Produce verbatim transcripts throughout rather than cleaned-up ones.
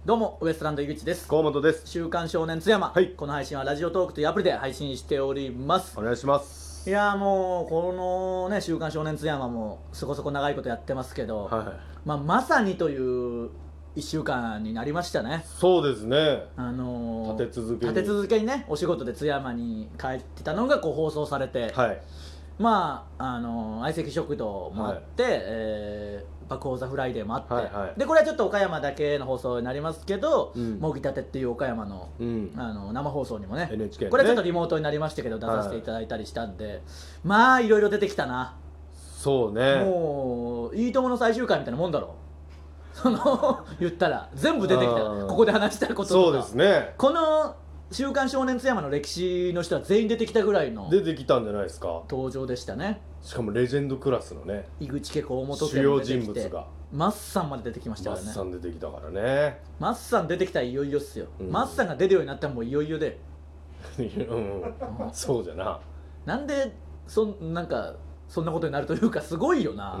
どうもウエストランド井口です。 河本です。 週刊少年津山、 はい、 この配信はラジオトークというアプリで配信しております。 お願いします。 いやもうこのね週刊少年津山もそこそこ長いことやってますけど、 はい、 まあ、まさにといういっしゅうかんになりましたね。 そうですね、 あのー、 立て続けに立て続けにねお仕事で津山に帰ってたのがこう放送されて、 はい、 まああのー、相席食堂もあって、はい、えー爆放ザフライデーもあって、 はいはい、 でこれはちょっと岡山だけの放送になりますけど、 うん、 もぎたてっていう岡山の、うん、あの生放送にもね、 エヌエイチケー ね、 これはちょっとリモートになりましたけど出させていただいたりしたんで、はい、まあいろいろ出てきたな。 そうね、 もういいともの最終回みたいなもんだろその言ったら全部出てきた。ここで話したこととか、 そうですね、 この週刊少年津山の歴史の人は全員出てきたぐらいの出てきたんじゃないですか。 登場でしたね。 しかもレジェンドクラスのね、 井口家河本家も出てきて、主要人物がマッサンまで出てきましたからね。 マッサン出てきたからね。 マッサン出てきたらいよいよっすよ、うん、マッサンが出るようになったらもういよいよでうん、そうじゃな。 なんでそんなんかそんなことになるというかすごいよな、 うん、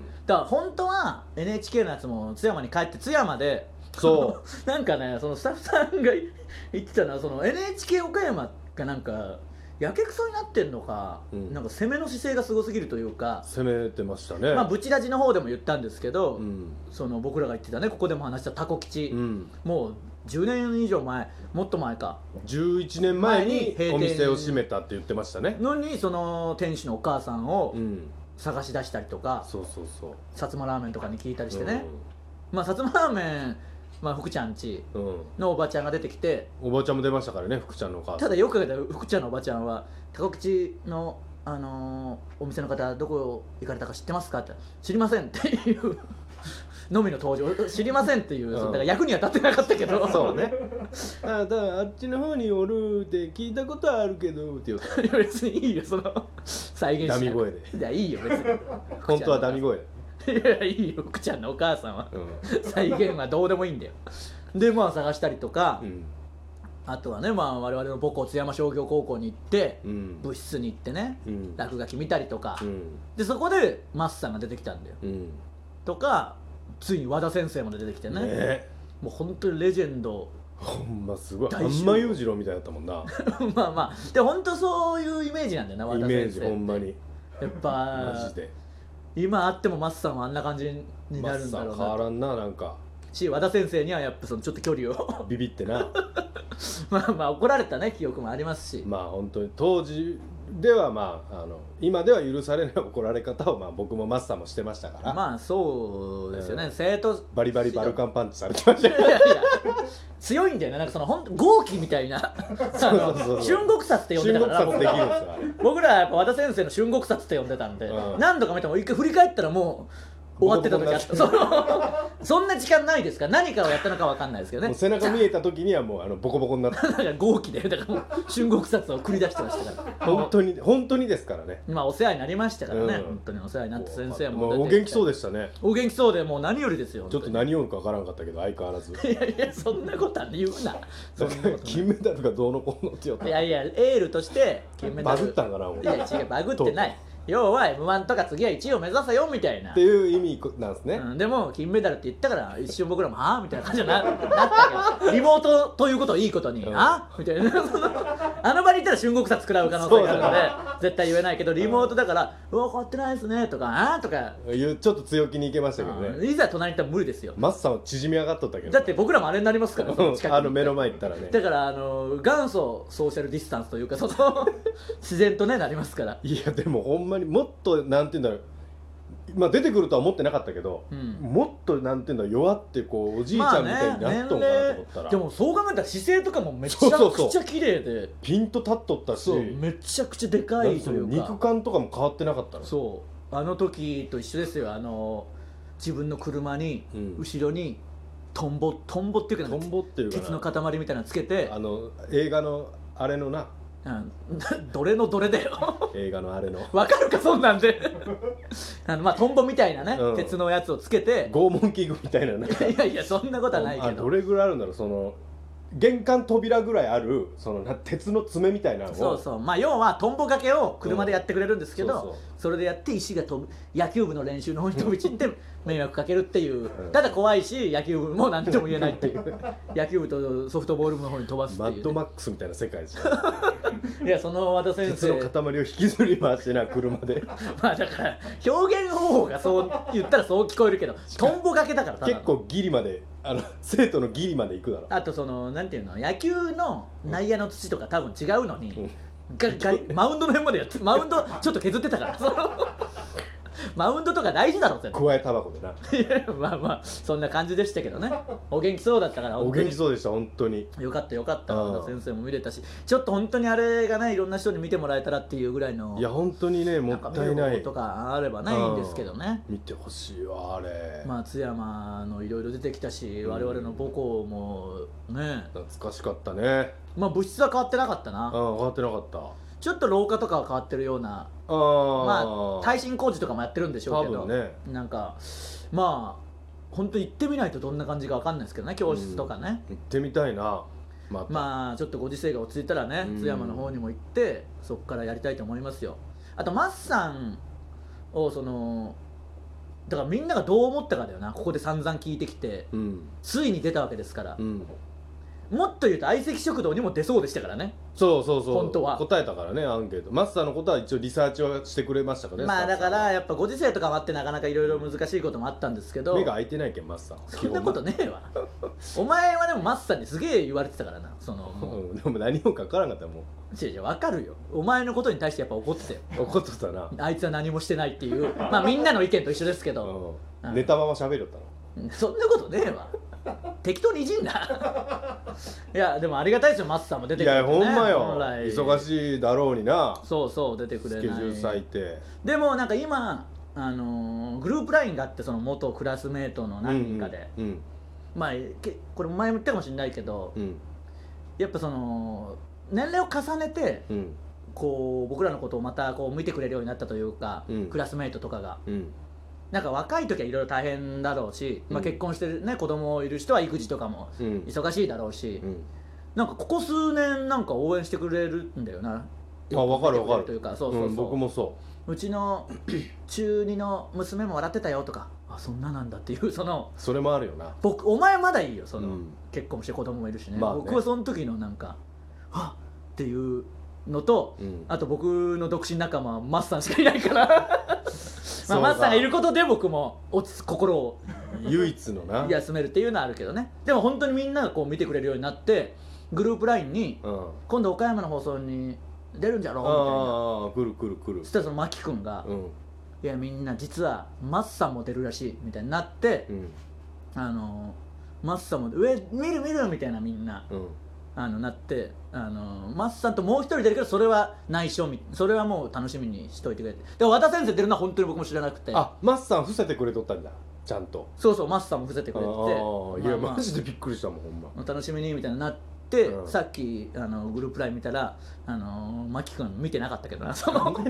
だから本当は エヌエイチケー のやつも津山に帰って津山でそうなんかねそのスタッフさんが言ってたのはその エヌエイチケー 岡山がなんかやけくそになってんのか、うん、なんか攻めの姿勢がすごすぎるというか攻めてましたね。 まあブチラジの方でも言ったんですけど、 うん、 その僕らが言ってたねここでも話したタコ吉、うん、もうじゅうねん以上前もっと前かじゅういちねんまえにお店を閉めたって言ってましたね。 のにその店主のお母さんを探し出したりとか、 うん、そうそうそう、 薩摩ラーメンとかに聞いたりしてね、うん、まあ薩摩ラーメンまあ、福ちゃんちのおばちゃんが出てきて、 うん、おばちゃんも出ましたからね、福ちゃんのお母さん。 ただよく考えたら福ちゃんのおばちゃんはタコ吉の、あのー、お店の方どこ行かれたか知ってますかって知りませんっていうのみの登場知りませんっていう、うん、だから役には立ってなかったけどそうねあだからあっちの方におるって聞いたことはあるけどって言った。 別にいいよその再現しなくて。 ダミ声で。 いやいいよ別に本当はダミ声いやいいよ福ちゃんのお母さんは、うん、再現はどうでもいいんだよ。でまあ探したりとか、うん、あとはね、まあ、我々の母校津山商業高校に行って、うん、部室に行ってね、うん、落書き見たりとか、うん、でそこでマッサンが出てきたんだよ、うん、とかついに和田先生まで出てきて ね, ねもう本当にレジェンド。 ほんますごい半間裕次郎みたいだったもんなまあまあで本当そういうイメージなんだよな和田先生。 イメージほんまにやっぱマジで今あってもマッサンはあんな感じになるんだろうな。 マッサン変わらんな。なんかし和田先生にはやっぱそのちょっと距離をビビってなまあまあ怒られたね記憶もありますし、 まあ本当に当時ではまああの今では許されない怒られ方をまあ僕もマッサンもしてましたから。 まあそうですよね、うん、生徒バリバリバルカンパンチされてましたいやいや強いんだよね。なんかその本当豪気みたいな春国殺って呼んでたから僕ら僕らはやっぱ和田先生の春国殺って呼んでたんで、うん、何度か見ても一回振り返ったらもう終わってた時あったそのそんな時間ないですから何かをやったのか分かんないですけどね。 もう背中見えた時にはもうあのボコボコになってなんか豪気でだからもう春国殺を繰り出してましたから本当に本当にですからね。 まあお世話になりましたからね、うん、本当にお世話になった先生ももうお元気そうでしたね。 お元気そうでもう何よりですよ。 ちょっと何をか分からんかったけど相変わらずいやいやそんなことは言うなそんなこと金メダルがどうのこうのって言った。 いやいやエールとして金メダルバグったんかな。 いや違うバグってない要は エムワン とか次はいちいを目指せよみたいなっていう意味なんですね、 うん、でも金メダルって言ったから一瞬僕らもはぁみたいな感じに な, なったけどリモートということをいいことに、うん、あみたいなあの場にいたら春国殺食らう可能性があるので絶対言えないけどリモートだから「うわ変わってないですね」とか「あ」とかちょっと強気にいけましたけどね。 いざ隣に行ったら無理ですよ。 マッサンは縮み上がっとったけどだって僕らもあれになりますから近くあの目の前行ったらね。 だからあの元祖ソーシャルディスタンスというかその自然とねなりますから。 いやでもほんまにもっとなんていうんだろう、まあ、出てくるとは思ってなかったけど、うん、もっとなんていうんだろう弱ってこうおじいちゃんみたいになっとんかなと思ったら、まあね、 でもそう考えたら姿勢とかもめちゃくちゃ綺麗でそうそうそうピンと立っとったしめちゃくちゃでかいというか肉感とかも変わってなかったの。 そうあの時と一緒ですよ。あの自分の車に、うん、後ろにトンボトンボっていうかトンボっていうか鉄の塊みたいなのつけてあの映画のあれのなうん、どれのどれだよ映画のあれのわかるかそんなんであのまあトンボみたいなね、うん、鉄のやつをつけて拷問器具みたいなねいやいやそんなことはないけどどれぐらいあるんだろう。その玄関扉ぐらいあるその鉄の爪みたいなのをそうそうまあ要はトンボ掛けを車でやってくれるんですけど、うん、そうそうそれでやって石が飛ぶ野球部の練習の方に飛び散って迷惑かけるっていう、うん、ただ怖いし野球部も何とも言えないっていう野球部とソフトボール部の方に飛ばすっていう、ね、 マッドマックスみたいな世界じゃんいやその和田先生鉄の塊を引きずり回してな車でまあだから表現方法がそう言ったらそう聞こえるけどトンボがけだから結構ギリまであの生徒のギリまで行くだろ。 あとそのなんていうの野球の内野の土とか多分違うのに、うんががマウンドの辺までやってマウンドちょっと削ってたからマウンドとか大事だろって加えタバコでなまあまあそんな感じでしたけどねお元気そうだったからお元気そうでした本当によかったよかった先生も見れたしちょっと本当にあれがねいろんな人に見てもらえたらっていうぐらいのいや本当にねもったいないとかあればねいいんですけどね見てほしいわあれ松山のいろいろ出てきたし、うん、我々の母校もね懐かしかったねまあ物質は変わってなかったなあ変わってなかったちょっと廊下とかは変わってるようなあまあ耐震工事とかもやってるんでしょうけど、ね、なんかまあ本当に行ってみないとどんな感じか分かんないですけどね教室とかね、 うん、行ってみたいなま, まあちょっとご時世が落ち着いたらね、うん、津山の方にも行ってそこからやりたいと思いますよ。あとマッさんをそのだからみんながどう思ったかだよなここで散々聞いてきて、うん、ついに出たわけですから、うんもっと言うと相席食堂にも出そうでしたからね。 そうそうそう本当は答えたからねアンケートマスターのことは一応リサーチはしてくれましたからね。 まあだからやっぱご時世とかもあってなかなかいろいろ難しいこともあったんですけど目が開いてないけんマスターそんなことねえわお前はでもマスターにすげえ言われてたからなそのもうでも何もかからなかったもう違う違う分かるよお前のことに対してやっぱ怒ってたよ怒ってたなあいつは何もしてないっていうまあみんなの意見と一緒ですけど、 うんうん、ネタまま喋るったのそんなことねえわ適当にいじんないやでもありがたいですよマスターも出てくれて、ね、 いやほんまよ忙しいだろうになそうそう出てくれないスケジュール割いてでもなんか今あのー、グループラインがあってその元クラスメートの何人かで、うんうんうん、まあけこれ前も言ったかもしれないけど、うん、やっぱその年齢を重ねて、うん、こう僕らのことをまたこう見てくれるようになったというか、うん、クラスメートとかが、うんなんか若い時はいろいろ大変だろうし、まあ、結婚してるね、うん、子供いる人は育児とかも忙しいだろうし、うん、なんかここ数年なんか応援してくれるんだよな。 あ分かる分かるというかそうそうそう、うん、 僕もそう。 うちの中にの娘も笑ってたよとかあそんななんだっていうそのそれもあるよな。 僕お前まだいいよその、うん、結婚して子供もいるしね、まあね、僕はその時のなんかはっっていうのと、うん、あと僕の独身仲間はマッサンしかいないからまあ、マッサンがいることで僕も落ち心を唯一のな休めるっていうのはあるけどね。でも本当にみんながこう見てくれるようになってグループラインに、うん、今度岡山の放送に出るんじゃろうみたいなああ来る来る来るそしたらそのマキ君が、うん、いやみんな実はマッサンも出るらしいみたいになって、うん、あのマッサンも上見る見るみたいなみんな、うんあのなってあのマッサンともう一人出るけどそれは内緒みそれはもう楽しみにしといてくれてで和田先生出るのは本当に僕も知らなくてあマッサン伏せてくれとったんだちゃんとそうそうマッサンも伏せてくれててあ、いや、まあ、マジでびっくりしたもんほんま楽しみにみたいになって、うん、さっきあのグループライン見たらあのマキ君見てなかったけどなそのあ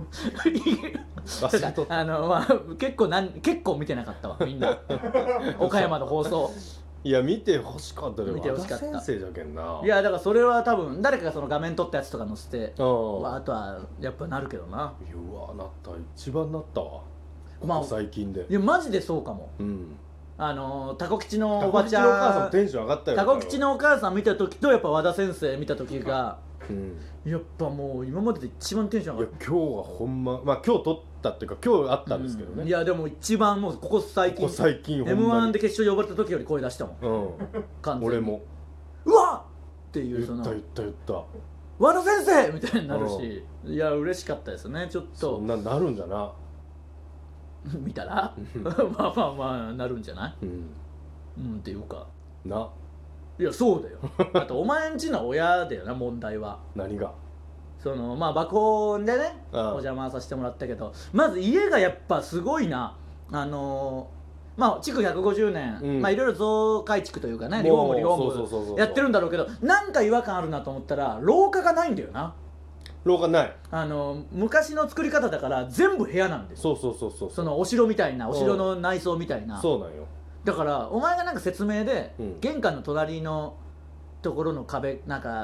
の、まあ、結構なん結構見てなかったわみんな岡山の放送いや見てほしかったで見てほしかった先生じゃけんないやだからそれは多分誰かがその画面撮ったやつとか載せてあとはやっぱなるけどなうわなった一番なったわまあ最近でいやマジでそうかも、うん、あのタコ吉のおばちゃんタコ吉のお母さんテンション上がったよタコ吉のお母さん見た時とやっぱ和田先生見た時が、うん、やっぱもう今までで一番テンション上がった。 いや今日はほんままあ今日撮ったっていうか今日あったんですけどね、 うん、いやでも一番もうここ最近ここ最近エムワン で決勝呼ばれた時より声出したもん、うん、 完全に俺もうわっっていうその言った言った言った和田先生みたいになるし、うん、いや嬉しかったですねちょっとそんななるんじゃな見たらまあまあまあなるんじゃない、うん、うん、っていうかないやそうだよあとお前んちの親だよな問題は何がそのまあ爆音でねお邪魔させてもらったけどまず家がやっぱすごいなあのー、まあ築ひゃくごじゅうねん、うん、まあいろいろ増改築というかねリフォームリフォームやってるんだろうけどなんか違和感あるなと思ったら廊下がないんだよな廊下ないあの昔の作り方だから全部部屋なんですそうそうそうそうそのお城みたいなお城の内装みたいなそうなんよだからお前がなんか説明で、うん、玄関の隣のところの壁なんか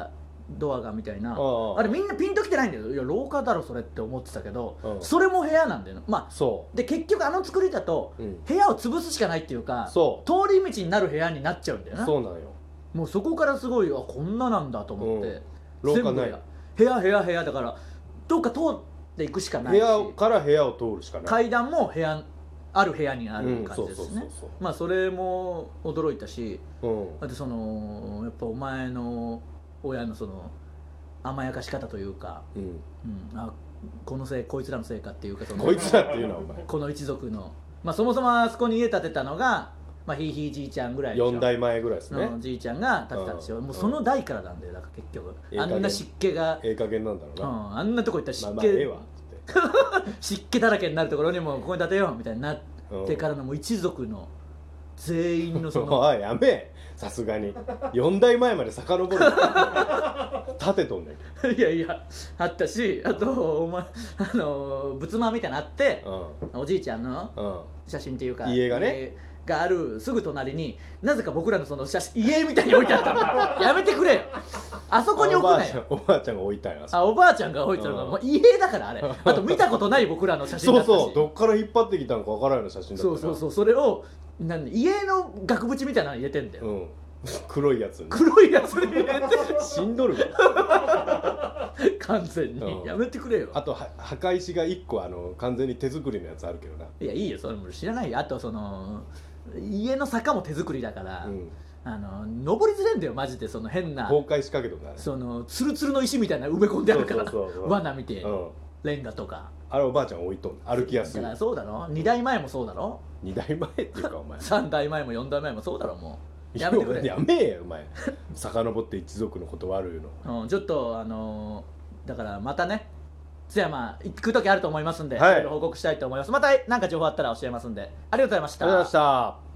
ドアがみたいな、 ああれみんなピンときてないんだよ。いや廊下だろそれって思ってたけど、 うんそれも部屋なんだよ。まあそうで結局あの作りだと、 うん、 部屋を潰すしかないっていうか、 そ通り道になる部屋になっちゃうんだよな。 そうなのよ。 もうそこからすごい、あこんななんだと思って、 うん、廊下ない。 部屋部屋部屋だからどっか通っていくしかないし、 部屋から部屋を通るしかない。 階段も部屋ある部屋にある感じですね。まあそれも驚いたし、 うん、 だってそのやっぱお前の親のその甘やかし方というか、 うんうん、あこのせいこいつらのせいかっていうか、そのこいつらっていうのはお前この一族の、まあそもそもあそこに家建てたのが、まあ、ひいひいじいちゃんぐらいでしょ。 よんだいまえぐらいですね。 のじいちゃんが建てたんですよ。 うんもうその代からなんだよ。だから結局ええ加減あんな湿気が、 ええ加減なんだろううな。 ん、あんなとこ行ったら湿気、 まあまあええわっつって湿気だらけになるところにもうここに建てようみたいになっうんてからのもう一族の全員のそのおいやめえ、さすがによんだいまえまで遡る立てとんねん。 いやいやあったし、あとお前あの仏間みたいなのあって、 うおじいちゃんのんうん写真っていうか家がね家があるすぐ隣になぜか僕らのその写真家みたいに置いてあったの。やめてくれよ、あそこに置くなよ。 おばあちゃんが置いたんや。 あおばあちゃんが置いてるのが、 うんもう家だからあれ。あと見たことない僕らの写真だったし、 そうそう、どっから引っ張ってきたんかわからんような写真だったな。 そうそうそう、それをなん家の額縁みたいなの入れてんだよ、 うん、黒いやつに黒いやつに入れて死んどるわ。 完全に、 うんやめてくれよ。 あとは墓石がいっこあの完全に手作りのやつあるけどな。 いやいいよそれも知らないよ。あとその家の坂も手作りだから、 うん、 あの登りづれんだよマジで。その変な崩壊しかけとんだね。 そのツルツルの石みたいな埋め込んであるから、 そうそうそうそう罠見て、 うん、 レンガとか。 あれおばあちゃん置いとん歩きやすい。 だからそうだろ、にだいまえもそうだろ、 にだいまえっていうかお前さんだいまえもよんだいまえもそうだろ。もうややめてくれ。 やめえよお前。遡って一族のこと悪いの。 うん、ちょっとあのーだからまたね津山行く時あると思いますんで、 はいいろいろ報告したいと思います。また何か情報あったら教えますんで、ありがとうございました。 ありがとうございました。